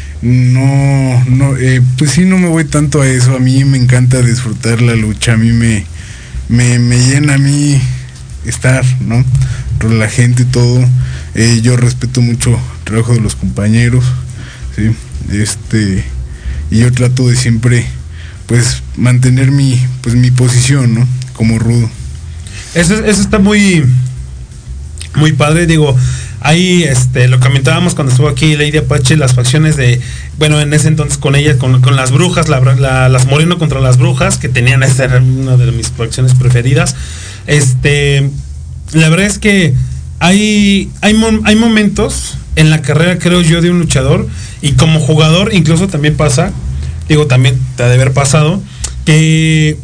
No, no, eh, pues sí, no me voy tanto a eso. A mí me encanta disfrutar la lucha. A mí me, me, me llena a mí estar, ¿no? Con la gente y todo. Eh, yo respeto mucho el trabajo de los compañeros, ¿sí? Este, y yo trato de siempre, pues, mantener mi, pues, mi posición, ¿no? Como rudo. Eso, eso está muy... Muy padre, digo, ahí este, lo comentábamos cuando estuvo aquí Lady Apache, las facciones de, bueno, en ese entonces con ella, con, con las brujas, la, la, las Moreno contra las brujas, que tenían, esta era una de mis facciones preferidas. Este, la verdad es que hay, hay, hay momentos en la carrera, creo yo, de un luchador, y como jugador incluso también pasa, digo, también te ha de haber pasado, que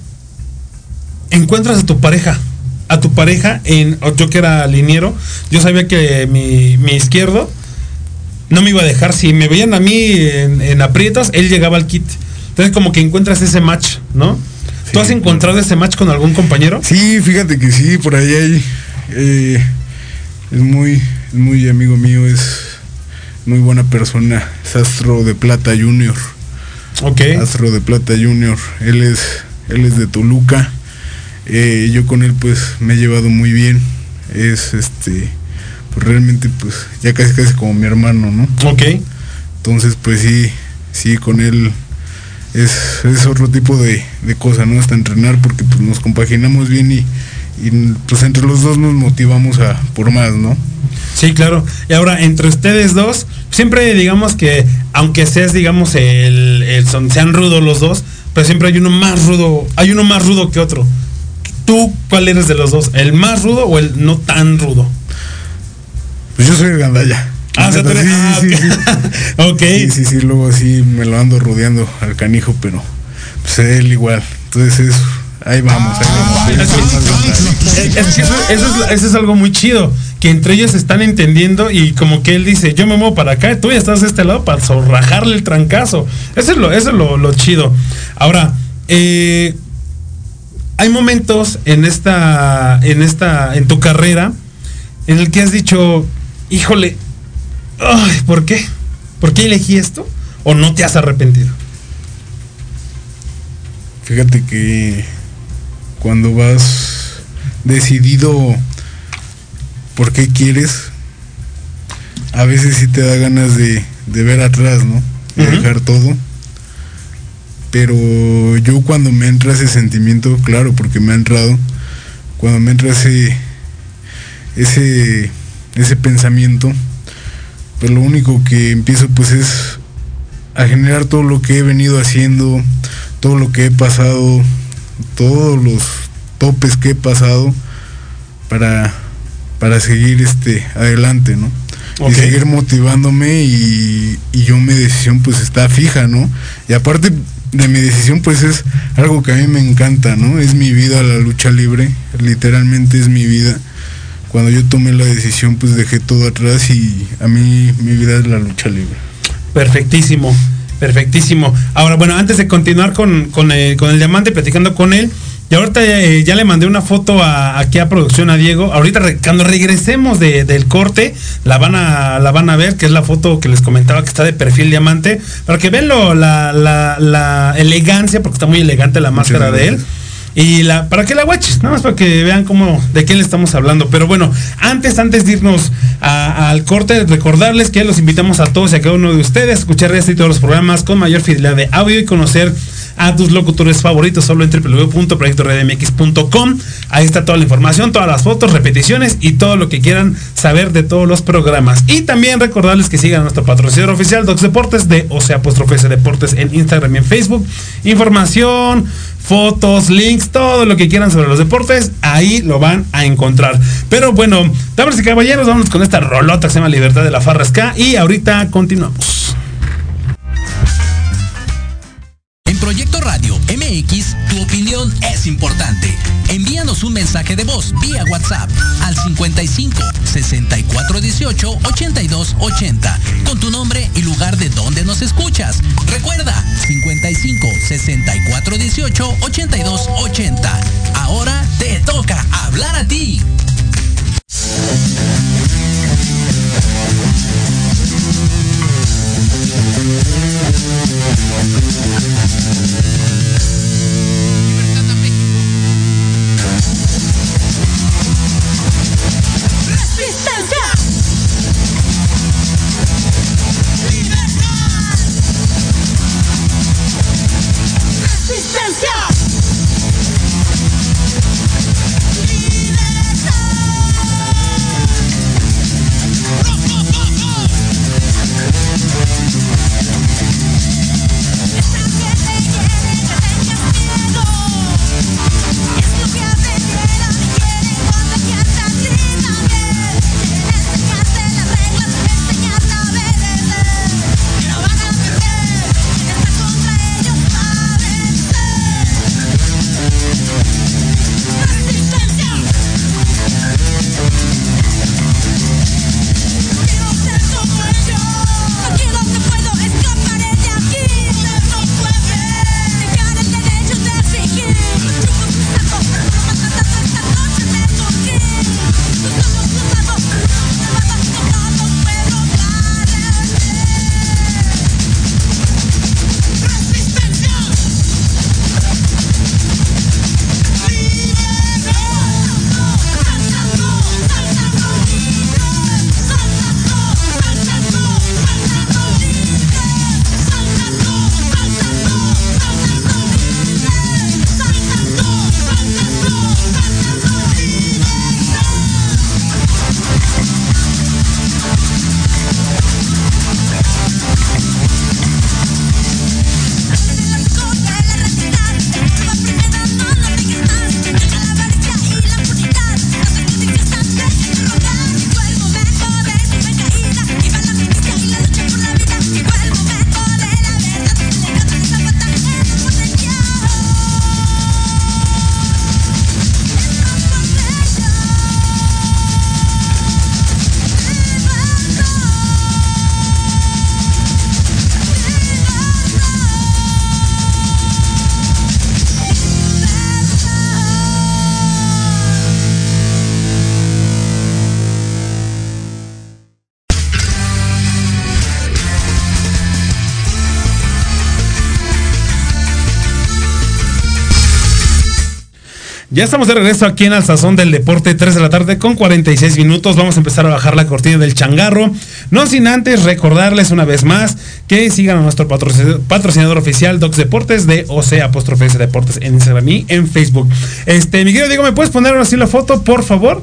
encuentras a tu pareja. A tu pareja, en, yo que era liniero, yo sabía que mi, mi izquierdo no me iba a dejar. Si me veían a mí en, en aprietos, él llegaba al kit. Entonces como que encuentras ese match, ¿no? Sí. ¿Tú has encontrado ese match con algún compañero? Sí, fíjate que sí, por ahí hay, eh, es muy, muy amigo mío, es muy buena persona, es Astro de Plata Junior. Ok. Astro de Plata Junior, él es, él es de Toluca. Eh, yo con él pues me he llevado muy bien. Es este, pues realmente pues ya casi casi como mi hermano, ¿no? Ok. Entonces pues sí, sí con él es, es otro tipo de, de cosa, ¿no? Hasta entrenar porque pues nos compaginamos bien y, y pues entre los dos nos motivamos a por más, ¿no? Sí, claro. Y ahora, entre ustedes dos, siempre digamos que, aunque seas, digamos, el, el son, sean rudos los dos, pero siempre hay uno más rudo, hay uno más rudo que otro. ¿Tú cuál eres de los dos? ¿El más rudo o el no tan rudo? Pues yo soy el gandalla. Ah, o sea, tú eres... sí, ah, sí, okay. sí. Ok. Sí, sí, sí, luego sí me lo ando rodeando al canijo, pero pues él igual. Entonces eso, ahí vamos, ahí vamos. Es, es, es, eso, eso, es, eso es algo muy chido, que entre ellos se están entendiendo y como que él dice, yo me muevo para acá, tú ya estás de este lado para zorrajarle el trancazo. Eso es lo, eso es lo, lo chido. Ahora, eh... hay momentos en esta, en esta, en tu carrera, en el que has dicho, híjole, ay, ¿por qué? ¿Por qué elegí esto? ¿O no te has arrepentido? Fíjate que cuando vas decidido por qué quieres, a veces sí te da ganas de, de ver atrás, ¿no? De uh-huh. dejar todo. Pero yo cuando me entra ese sentimiento, claro, porque me ha entrado, cuando me entra ese ese ese pensamiento, pues lo único que empiezo pues es a generar todo lo que he venido haciendo, todo lo que he pasado, todos los topes que he pasado para para seguir este adelante, ¿no? Okay. Y seguir motivándome y, y yo mi decisión pues está fija, ¿no? Y aparte de mi decisión pues es algo que a mí me encanta, ¿no? Es mi vida la lucha libre, literalmente es mi vida. Cuando yo tomé la decisión pues dejé todo atrás y a mí mi vida es la lucha libre. Perfectísimo, perfectísimo. Ahora bueno, antes de continuar con, con, el, con el diamante, platicando con él, y ahorita eh, ya le mandé una foto a, aquí a producción a Diego. Ahorita re, cuando regresemos de, del corte, la van a la van a ver, que es la foto que les comentaba que está de perfil diamante, para que vean lo, la, la, la elegancia, porque está muy elegante la Muchas máscara gracias. de él. Y la, para que la watches, nada más para que vean cómo, de qué le estamos hablando. Pero bueno, antes, antes de irnos a, al corte, recordarles que los invitamos a todos y a cada uno de ustedes a escuchar este y todos los programas con mayor fidelidad de audio y conocer a tus locutores favoritos solo en w w w punto proyecto radio m x punto com. Ahí está toda la información, todas las fotos, repeticiones y todo lo que quieran saber de todos los programas. Y también recordarles que sigan a nuestro patrocinador oficial Docs Deportes, de O C apóstrofe S Deportes, en Instagram y en Facebook. Información, fotos, links, todo lo que quieran sobre los deportes, ahí lo van a encontrar. Pero bueno, damas y caballeros, vámonos con esta rolota que se llama Libertad de la Farra Ska y ahorita continuamos. En Proyecto Radio M X, tu opinión es importante. Envíanos un mensaje de voz vía WhatsApp al cincuenta y cinco, sesenta y cuatro dieciocho, ochenta y dos ochenta con tu nombre y lugar de donde nos escuchas. Recuerda, cincuenta y cinco, sesenta y cuatro dieciocho, ochenta y dos ochenta. Ahora te toca hablar a ti. Ya estamos de regreso aquí en Al Sazón del Deporte, tres de la tarde con cuarenta y seis minutos. Vamos a empezar a bajar la cortina del changarro. No sin antes recordarles una vez más que sigan a nuestro patrocinador, patrocinador oficial Docs Deportes, de O C apóstrofe S Deportes, en Instagram y en Facebook. Este, mi querido Diego, ¿me puedes poner ahora sí la foto, por favor?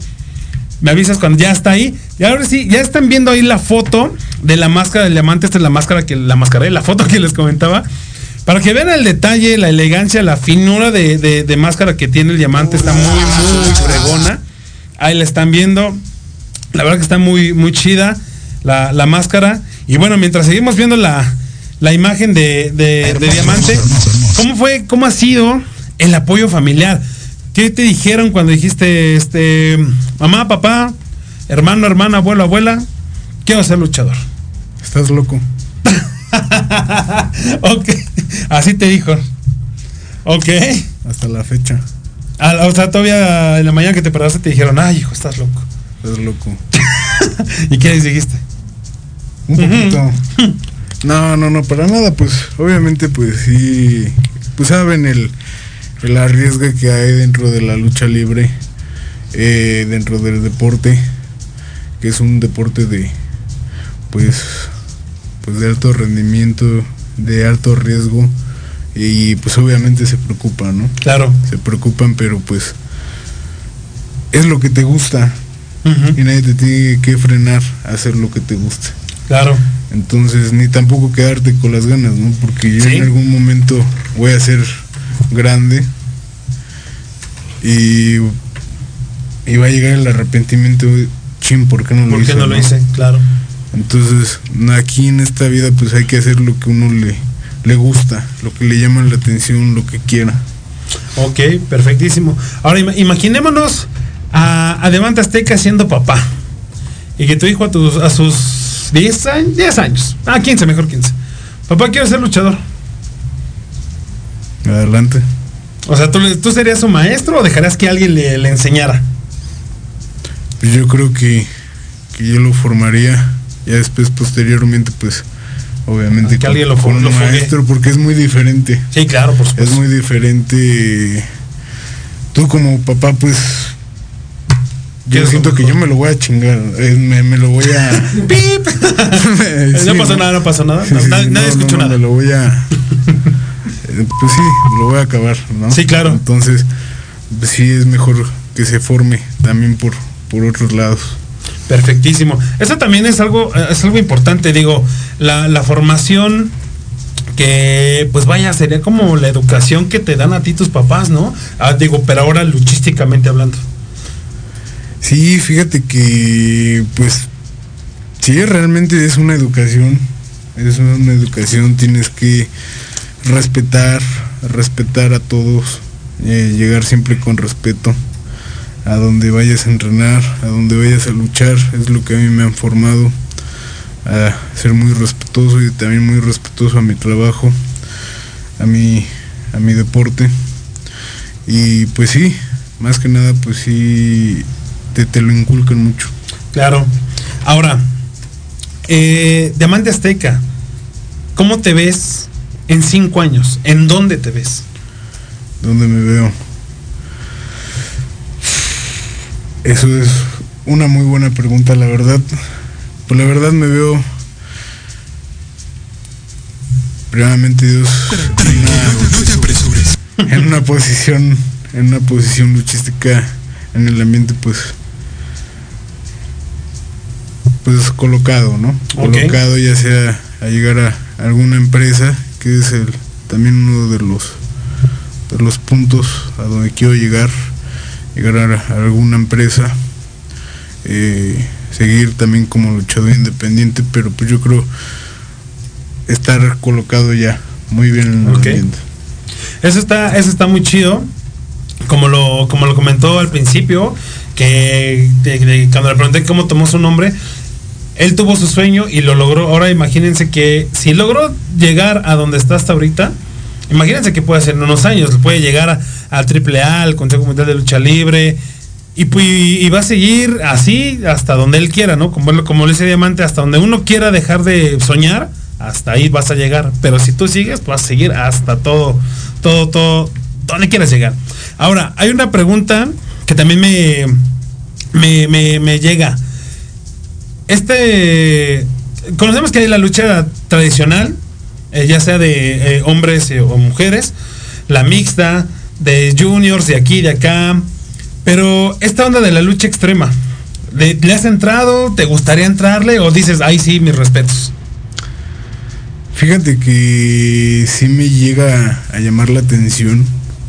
Me avisas cuando ya está ahí. Y ahora sí, ya están viendo ahí la foto de la máscara del diamante. Esta es la máscara que la máscara, la foto que les comentaba. Para que vean el detalle, la elegancia, la finura de, de, de máscara que tiene el diamante, está muy, muy fregona. Ahí la están viendo. La verdad que está muy, muy chida la, la máscara. Y bueno, mientras seguimos viendo la, la imagen de, de, de diamante, ¿cómo fue, cómo ha sido el apoyo familiar? ¿Qué te dijeron cuando dijiste, este, mamá, papá, hermano, hermana, abuelo, abuela, quiero ser luchador? Estás loco. Ok, así te dijo. Ok. Hasta la fecha. Ah, o sea, todavía en la mañana que te paraste te dijeron, ay, hijo, estás loco. Estás loco. ¿Y qué les dijiste? Un poquito. No, no, no, para nada, pues, obviamente, pues sí, pues saben el, el arriesgue que hay dentro de la lucha libre, eh, dentro del deporte, que es un deporte de, pues, pues de alto rendimiento, de alto riesgo, y pues obviamente se preocupan, ¿no? Claro. Se preocupan, pero pues es lo que te gusta. Uh-huh. Y nadie te tiene que frenar a hacer lo que te guste. Claro. Entonces, ni tampoco quedarte con las ganas, ¿no? Porque yo ¿Sí? en algún momento voy a ser grande y, y va a llegar el arrepentimiento, chin, ¿por qué no lo ¿Por hice? ¿Por qué no lo hice? Claro. Entonces, aquí en esta vida pues hay que hacer lo que uno le, le gusta, lo que le llama la atención, lo que quiera. Ok, perfectísimo. Ahora im- imaginémonos a, a Diamante Azteca siendo papá y que tu hijo a, tus, a sus diez años, diez años, ah, quince, mejor quince. Papá, quiero ser luchador. Adelante. O sea, ¿tú, ¿tú serías su maestro o dejarías que alguien le, le enseñara? Pues yo creo que, que yo lo formaría. Ya después, posteriormente, pues, obviamente que con, alguien lo, con un lo maestro, porque es muy diferente. Sí, claro, por supuesto. Es muy diferente. Tú como papá, pues, yo siento que yo me lo voy a chingar. Me, me lo voy a... ¡Pip! sí, no pasó nada, no pasó nada. Sí, sí, nadie no, nadie escuchó no, no, nada. Me lo voy a... Pues sí, lo voy a acabar, ¿no? Sí, claro. Entonces, pues, sí es mejor que se forme también por, por otros lados. Perfectísimo. Eso también es algo, es algo importante, digo, la, la formación que, pues vaya, sería como la educación que te dan a ti tus papás, ¿no? Ah, digo, pero ahora luchísticamente hablando. Sí, fíjate que, pues, sí, realmente es una educación, es una educación, tienes que respetar, respetar a todos, eh, llegar siempre con respeto. A donde vayas a entrenar, a donde vayas a luchar, es lo que a mí me han formado, a ser muy respetuoso y también muy respetuoso a mi trabajo, a mi, a mi deporte. Y pues sí, más que nada, pues sí, te, te lo inculcan mucho. Claro. Ahora, eh, Diamante Azteca, ¿cómo te ves en cinco años? ¿En dónde te ves? ¿Dónde me veo? Eso es una muy buena pregunta, la verdad. Pues la verdad me veo, primeramente Dios, en una, no te apresures. En una posición, en una posición luchística en el ambiente, pues, pues colocado, ¿no? Okay. Colocado, ya sea a llegar a alguna empresa, que es el también uno de los de los puntos a donde quiero llegar. Llegar a alguna empresa, eh, seguir también como luchador independiente, pero pues yo creo estar colocado ya muy bien en el okay. ambiente. Eso está, eso está muy chido, como lo, como lo comentó al principio, que de, de, cuando le pregunté cómo tomó su nombre, él tuvo su sueño y lo logró. Ahora imagínense que si logró llegar a donde está hasta ahorita, imagínense que puede hacer en unos años, puede llegar al triple A, al Consejo Mundial de Lucha Libre, y, y, y va a seguir así hasta donde él quiera, ¿no? Como, como le dice Diamante, hasta donde uno quiera dejar de soñar, hasta ahí vas a llegar. Pero si tú sigues, vas a seguir hasta todo, todo, todo, donde quieras llegar. Ahora, hay una pregunta que también me, me, me, me llega. Este, conocemos que hay la lucha tradicional, Eh, ya sea de eh, hombres eh, o mujeres, la mixta, de juniors, de aquí, de acá, pero esta onda de la lucha extrema, ¿le, ¿le has entrado? ¿Te gustaría entrarle? ¿O dices, ay sí, mis respetos? Fíjate que sí me llega a llamar la atención.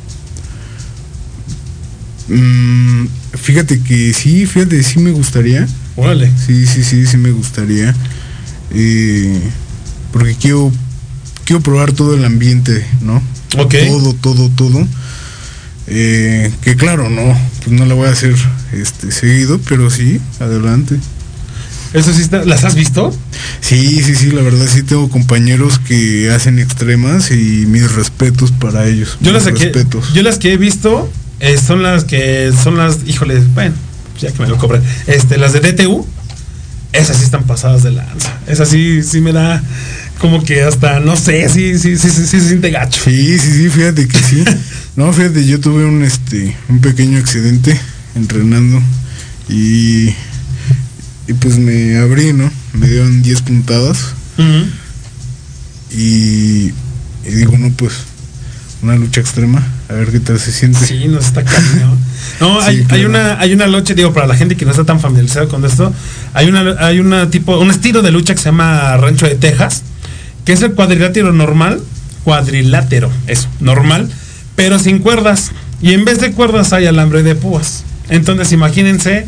Mm, fíjate que sí, fíjate, sí me gustaría. Órale. Sí, sí, sí, sí me gustaría. Eh, porque quiero quiero probar todo el ambiente, ¿no? Ok. Todo, todo, todo. Eh, que claro, no, pues no la voy a hacer este seguido, pero sí, adelante. ¿Eso sí está, las has visto? Sí, sí, sí, la verdad sí tengo compañeros que hacen extremas y mis respetos para ellos. Yo mis las que, respetos. yo las que he visto eh, son las que son las, híjole, bueno, ya que me lo cobran, este, las de D T U, esas sí están pasadas de lanza. Esas sí, sí me da como que hasta, no sé, sí, sí, sí, sí, sí se siente gacho. Sí, sí, sí, fíjate que sí. No, fíjate, yo tuve un este, un pequeño accidente entrenando y, y pues me abrí, ¿no? Me dieron diez puntadas. Uh-huh. y, y digo, no, pues una lucha extrema, a ver qué tal se siente. Sí, nos está cañón. No, hay, sí, claro. hay una hay una lucha, digo, para la gente que no está tan familiarizada con esto, hay una hay una tipo un estilo de lucha que se llama Rancho de Texas, que es el cuadrilátero normal, cuadrilátero, eso, normal, pero sin cuerdas, y en vez de cuerdas hay alambre de púas. Entonces, imagínense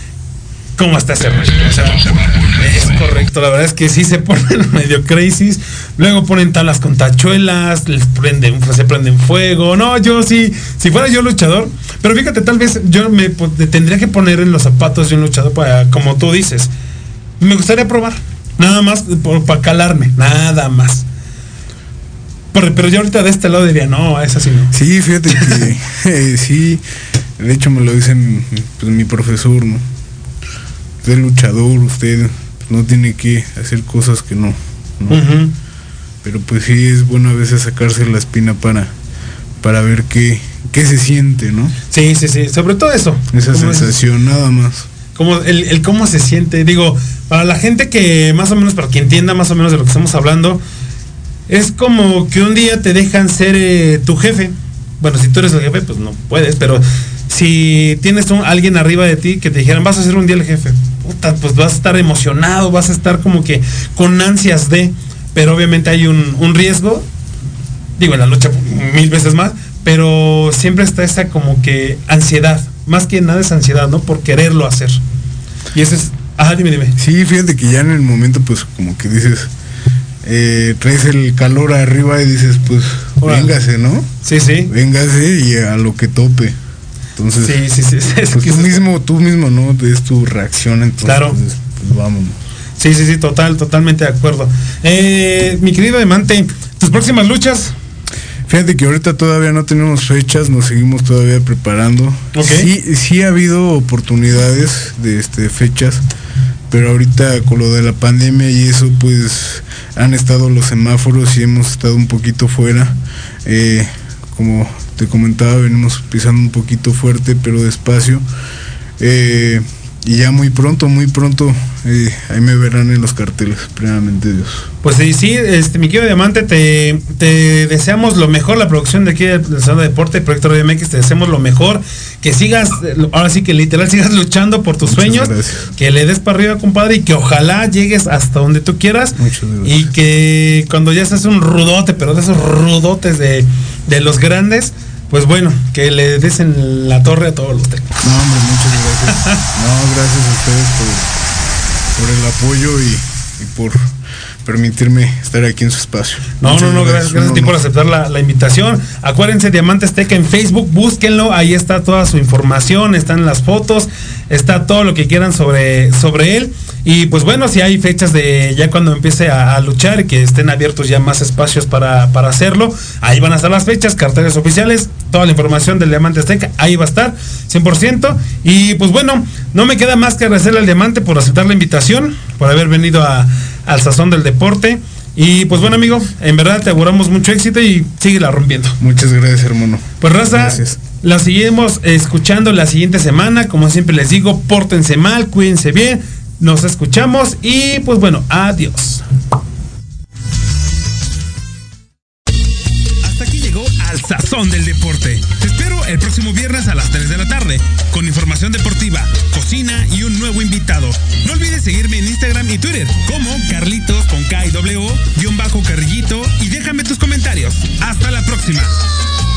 cómo está ese rollo. O sea, es correcto, la verdad es que sí se ponen medio crazy. Luego ponen tablas con tachuelas, les prenden, se prenden fuego. No, yo sí, si fuera yo luchador, pero fíjate, tal vez yo me tendría que poner en los zapatos de un luchador para, como tú dices, me gustaría probar, nada más para calarme, nada más. Pero, pero yo ahorita de este lado diría, no, es así, no. Sí, fíjate que eh, sí, de hecho me lo dice pues, mi profesor, ¿no? Usted es luchador, usted no tiene que hacer cosas que no, ¿no? Uh-huh. Pero pues sí es bueno a veces sacarse la espina para, para ver qué, qué se siente, ¿no? Sí, sí, sí, sobre todo eso. Esa sensación, es? nada más. Como el, el cómo se siente, digo, para la gente que más o menos, para que entienda más o menos de lo que estamos hablando, es como que un día te dejan ser eh, tu jefe. Bueno, si tú eres el jefe, pues no puedes, pero si tienes un, alguien arriba de ti que te dijeran, vas a ser un día el jefe, puta, pues vas a estar emocionado, vas a estar como que con ansias de, pero obviamente hay un, un riesgo, digo, en la lucha mil veces más, pero siempre está esa como que ansiedad, más que nada es ansiedad, ¿no? Por quererlo hacer. Y eso es, ajá, dime, dime. Sí, fíjate que ya en el momento, pues como que dices, eh, traes el calor arriba y dices, pues, Órale. véngase, ¿no? Sí, sí. Véngase y a lo que tope. Entonces, sí, sí, sí, sí. Pues tú mismo, tú mismo, ¿no? Es tu reacción, entonces, claro. pues, pues vámonos. Sí, sí, sí, total, totalmente de acuerdo. Eh, mi querido Diamante, ¿tus próximas luchas? Fíjate que ahorita todavía no tenemos fechas, nos seguimos todavía preparando. Okay. Sí, sí ha habido oportunidades de este fechas, pero ahorita con lo de la pandemia y eso, pues han estado los semáforos y hemos estado un poquito fuera. Eh, como te comentaba, venimos pisando un poquito fuerte, pero despacio. Eh, y ya muy pronto, muy pronto, eh, ahí me verán en los carteles, primeramente Dios. Pues sí, sí, este, mi querido Diamante, te, te deseamos lo mejor, la producción de aquí del Salón de Deporte, Proyecto Radio M X, te deseamos lo mejor, que sigas, ahora sí que literal sigas luchando por tus Muchas sueños, gracias. Que le des para arriba, compadre, y que ojalá llegues hasta donde tú quieras. Muchas gracias. Y que cuando ya seas un rudote, pero de esos rudotes de, de los grandes, pues bueno, que le des en la torre a todos los técnicos. No, hombre, muchas gracias. No, gracias a ustedes por, por el apoyo y, y por permitirme estar aquí en su espacio. No, Muchas no, no, gracias, gracias, gracias a ti por aceptar la, la invitación. Acuérdense, Diamante Azteca en Facebook, búsquenlo, ahí está toda su información, están las fotos, está todo lo que quieran sobre, sobre él. Y pues bueno, si hay fechas de ya cuando empiece a, a luchar y que estén abiertos ya más espacios para, para hacerlo, ahí van a estar las fechas, carteles oficiales, toda la información del Diamante Azteca, ahí va a estar, cien por ciento. Y pues bueno, no me queda más que agradecerle al Diamante por aceptar la invitación, por haber venido a, al Sazón del Deporte. Y pues bueno, amigo, en verdad te auguramos mucho éxito y síguela rompiendo. Muchas gracias, hermano. Pues raza, gracias. La seguimos escuchando la siguiente semana. Como siempre les digo, pórtense mal, cuídense bien. Nos escuchamos y pues bueno, adiós. Hasta aquí llegó Al Sazón del Deporte. Te espero el próximo viernes a las tres de la tarde con información deportiva, cocina y un nuevo invitado. No olvides seguirme en Instagram y Twitter como Carlitos con K y W guión bajo Carrillito y déjame tus comentarios. Hasta la próxima.